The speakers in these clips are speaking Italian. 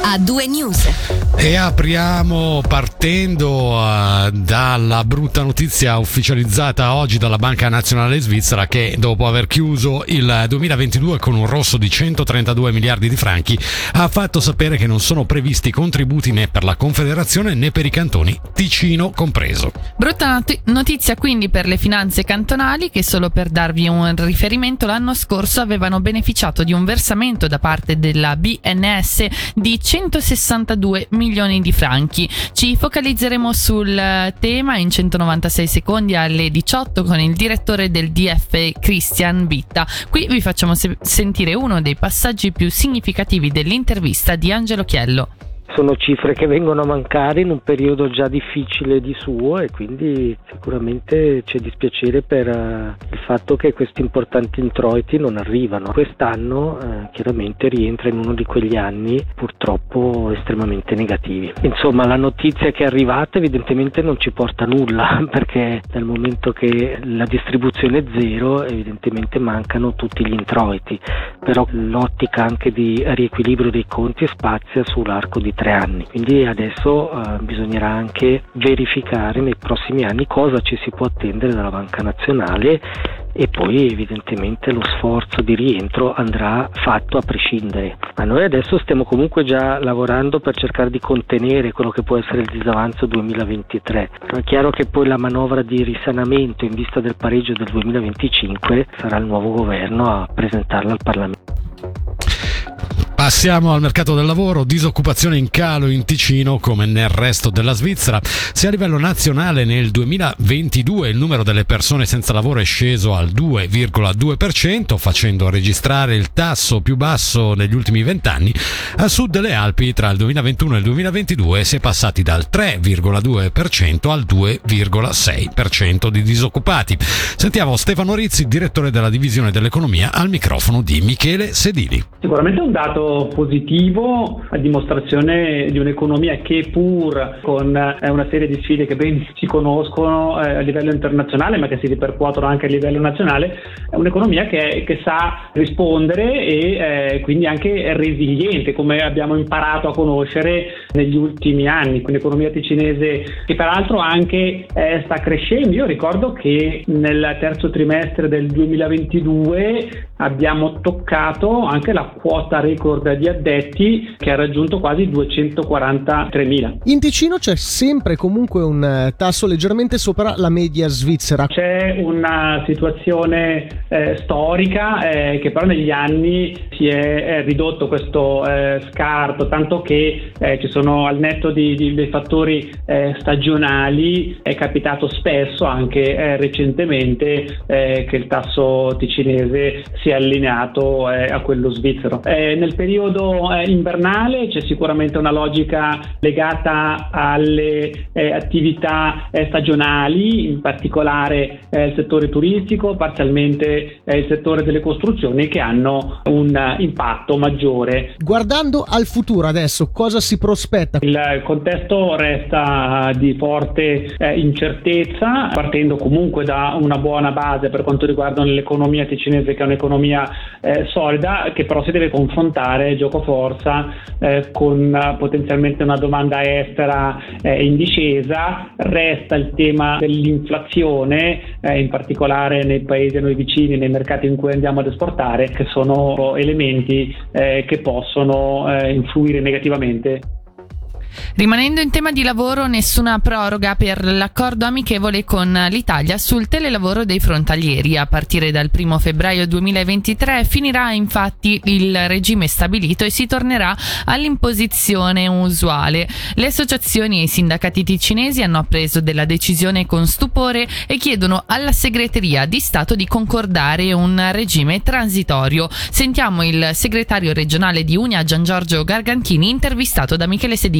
A2 News. E apriamo partendo dalla brutta notizia ufficializzata oggi dalla Banca Nazionale Svizzera, che dopo aver chiuso il 2022 con un rosso di 132 miliardi di franchi ha fatto sapere che non sono previsti contributi né per la Confederazione né per i cantoni, Ticino compreso. Brutta notizia quindi per le finanze cantonali, che solo per darvi un riferimento l'anno scorso avevano beneficiato di un versamento da parte della BNS di 162 milioni di franchi. Ci focalizzeremo sul tema in 196 secondi alle 18 con il direttore del DF Christian Bitta. Qui vi facciamo sentire uno dei passaggi più significativi dell'intervista di Angelo Chiello. Sono cifre che vengono a mancare in un periodo già difficile di suo, e quindi sicuramente c'è dispiacere per il fatto che questi importanti introiti non arrivano. Quest'anno chiaramente rientra in uno di quegli anni purtroppo estremamente negativi. Insomma, la notizia che è arrivata evidentemente non ci porta a nulla, perché dal momento che la distribuzione è zero evidentemente mancano tutti gli introiti, però l'ottica anche di riequilibrio dei conti spazia sull'arco di 3 anni, quindi adesso bisognerà anche verificare nei prossimi anni cosa ci si può attendere dalla Banca Nazionale, e poi evidentemente lo sforzo di rientro andrà fatto a prescindere. Ma noi adesso stiamo comunque già lavorando per cercare di contenere quello che può essere il disavanzo 2023. È chiaro che poi la manovra di risanamento in vista del pareggio del 2025 sarà il nuovo governo a presentarla al Parlamento. Passiamo al mercato del lavoro. Disoccupazione in calo in Ticino come nel resto della Svizzera. Se a livello nazionale nel 2022 il numero delle persone senza lavoro è sceso al 2,2%, facendo registrare il tasso più basso negli ultimi 20 anni, a sud delle Alpi tra il 2021 e il 2022 si è passati dal 3,2% al 2,6% di disoccupati. Sentiamo Stefano Rizzi, direttore della divisione dell'economia, al microfono di Michele Sedili. Sicuramente un dato positivo, a dimostrazione di un'economia che, pur con una serie di sfide che ben si conoscono a livello internazionale ma che si ripercuotono anche a livello nazionale, è un'economia che sa rispondere e quindi anche resiliente, come abbiamo imparato a conoscere negli ultimi anni. Un'economia ticinese che peraltro anche sta crescendo. Io ricordo che nel terzo trimestre del 2022 abbiamo toccato anche la quota record di addetti, che ha raggiunto quasi 243.000. In Ticino c'è sempre comunque un tasso leggermente sopra la media svizzera. C'è una situazione storica che però negli anni si è ridotto questo scarto, tanto che ci sono, al netto dei fattori stagionali, è capitato spesso anche recentemente che il tasso ticinese si è allineato a quello svizzero. Nel periodo invernale c'è sicuramente una logica legata alle attività stagionali, in particolare il settore turistico, parzialmente il settore delle costruzioni, che hanno un impatto maggiore. Guardando al futuro adesso, cosa si prospetta? Il contesto resta di forte incertezza, partendo comunque da una buona base per quanto riguarda l'economia ticinese, che è un'economia solida, che però si deve confrontare gioco forza con potenzialmente una domanda estera in discesa. Resta il tema dell'inflazione, in particolare nei paesi a noi vicini, nei mercati in cui andiamo ad esportare, che sono elementi che possono influire negativamente. Rimanendo in tema di lavoro, nessuna proroga per l'accordo amichevole con l'Italia sul telelavoro dei frontalieri. A partire dal 1 febbraio 2023 finirà infatti il regime stabilito e si tornerà all'imposizione usuale. Le associazioni e i sindacati ticinesi hanno appreso della decisione con stupore e chiedono alla segreteria di Stato di concordare un regime transitorio. Sentiamo il segretario regionale di Unia, Gian Giorgio Gargantini, intervistato da Michele Sedili.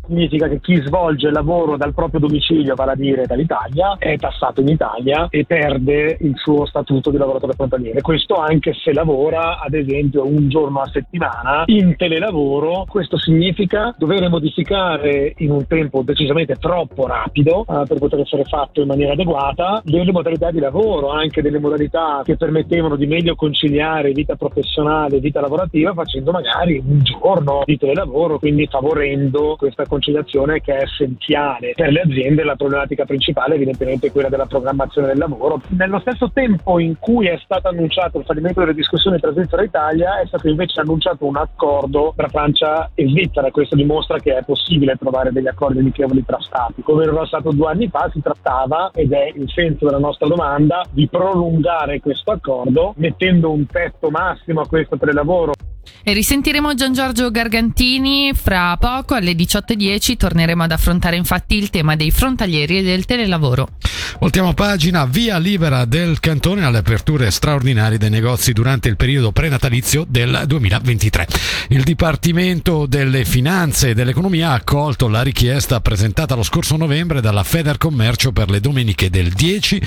significa che chi svolge il lavoro dal proprio domicilio, vale a dire dall'Italia, è tassato in Italia e perde il suo statuto di lavoratore frontaliere. Questo anche se lavora, ad esempio, un giorno a settimana in telelavoro. Questo significa dover modificare in un tempo decisamente troppo rapido per poter essere fatto in maniera adeguata delle modalità di lavoro, anche delle modalità che permettevano di meglio conciliare vita professionale e vita lavorativa, facendo magari un giorno di telelavoro, quindi favorendo questa conciliazione che è essenziale per le aziende. La problematica principale evidentemente è quella della programmazione del lavoro. Nello stesso tempo in cui è stato annunciato il fallimento delle discussioni tra Svizzera e Italia, è stato invece annunciato un accordo tra Francia e Svizzera. Questo dimostra che è possibile trovare degli accordi amichevoli tra stati. Come era stato 2 anni fa, si trattava, ed è il senso della nostra domanda, di prolungare questo accordo mettendo un tetto massimo a questo telelavoro. E risentiremo Gian Giorgio Gargantini fra poco. Alle 18:10 torneremo ad affrontare infatti il tema dei frontalieri e del telelavoro. Voltiamo pagina. Via libera del Cantone alle aperture straordinarie dei negozi durante il periodo prenatalizio del 2023. Il Dipartimento delle Finanze e dell'Economia ha accolto la richiesta presentata lo scorso novembre dalla Federcommercio per le domeniche del 10,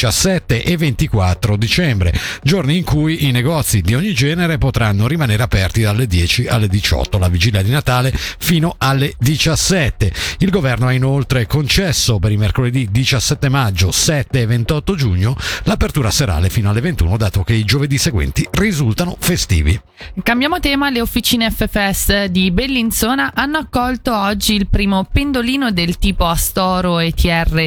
17 e 24 dicembre, giorni in cui i negozi di ogni genere potranno rimanere aperti dalle 10 alle 18, la vigilia di Natale fino alle 17. Il governo ha inoltre concesso per i mercoledì 17 maggio, 7 e 28 giugno l'apertura serale fino alle 21, dato che i giovedì seguenti risultano festivi. Cambiamo tema. Le officine FFS di Bellinzona hanno accolto oggi il primo pendolino del tipo Astoro ETR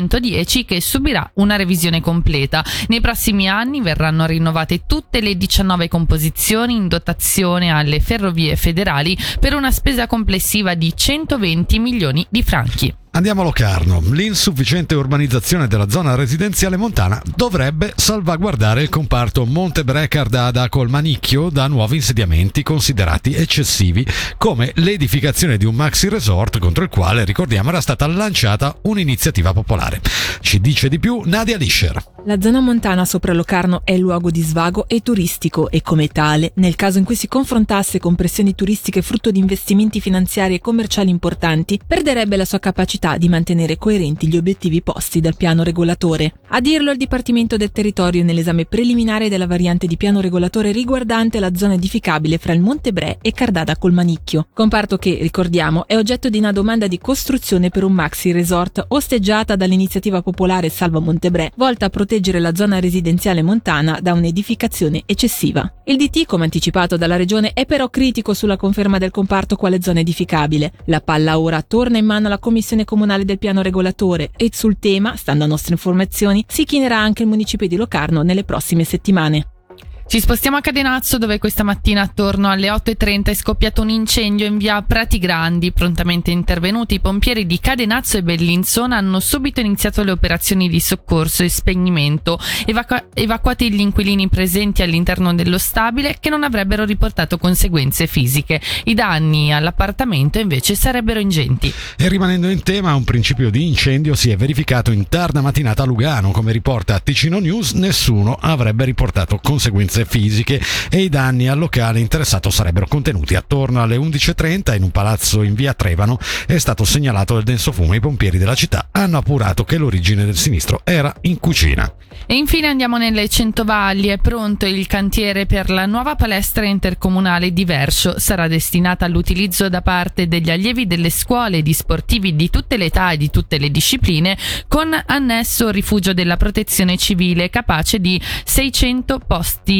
610 che subirà una revisione completa. Nei prossimi anni verranno rinnovate tutte le 19 composizioni in dotazione alle ferrovie federali per una spesa complessiva di 120 milioni di franchi. Andiamo a Locarno. L'insufficiente urbanizzazione della zona residenziale montana dovrebbe salvaguardare il comparto Montebre-Cardada col Manicchio da nuovi insediamenti considerati eccessivi, come l'edificazione di un maxi resort contro il quale, ricordiamo, era stata lanciata un'iniziativa popolare. Ci dice di più Nadia Lischer. La zona montana sopra Locarno è luogo di svago e turistico e come tale, nel caso in cui si confrontasse con pressioni turistiche frutto di investimenti finanziari e commerciali importanti, perderebbe la sua capacità di mantenere coerenti gli obiettivi posti dal piano regolatore. A dirlo il Dipartimento del Territorio nell'esame preliminare della variante di piano regolatore riguardante la zona edificabile fra il Montebre e Cardada col Manicchio, comparto che, ricordiamo, è oggetto di una domanda di costruzione per un maxi resort osteggiata dall'iniziativa popolare Salva Montebre, volta a proteggere la zona residenziale montana da un'edificazione eccessiva. Il DT, come anticipato dalla Regione, è però critico sulla conferma del comparto quale zona edificabile. La palla ora torna in mano alla Commissione Comunale del Piano Regolatore e sul tema, stando a nostre informazioni, si chinerà anche il municipio di Locarno nelle prossime settimane. Ci spostiamo a Cadenazzo, dove questa mattina attorno alle 8:30 è scoppiato un incendio in via Prati Grandi. Prontamente intervenuti i pompieri di Cadenazzo e Bellinzona hanno subito iniziato le operazioni di soccorso e spegnimento, evacuati gli inquilini presenti all'interno dello stabile che non avrebbero riportato conseguenze fisiche. I danni all'appartamento invece sarebbero ingenti. E rimanendo in tema, un principio di incendio si è verificato in tarda mattinata a Lugano. Come riporta Ticino News, nessuno avrebbe riportato conseguenze fisiche e i danni al locale interessato sarebbero contenuti. Attorno alle 11:30 in un palazzo in via Trevano è stato segnalato del denso fumo. I pompieri della città hanno appurato che l'origine del sinistro era in cucina. E infine andiamo nelle Centovalli. È pronto il cantiere per la nuova palestra intercomunale di Verscio. Sarà destinata all'utilizzo da parte degli allievi delle scuole e di sportivi di tutte le età e di tutte le discipline, con annesso rifugio della protezione civile capace di 600 posti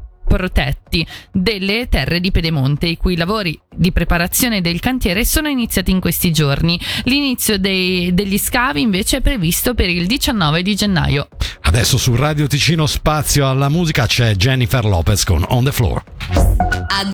protetti delle terre di Pedemonte, i cui lavori di preparazione del cantiere sono iniziati in questi giorni. L'inizio degli scavi invece è previsto per il 19 di gennaio. Adesso su Radio Ticino spazio alla musica c'è Jennifer Lopez con On the Floor.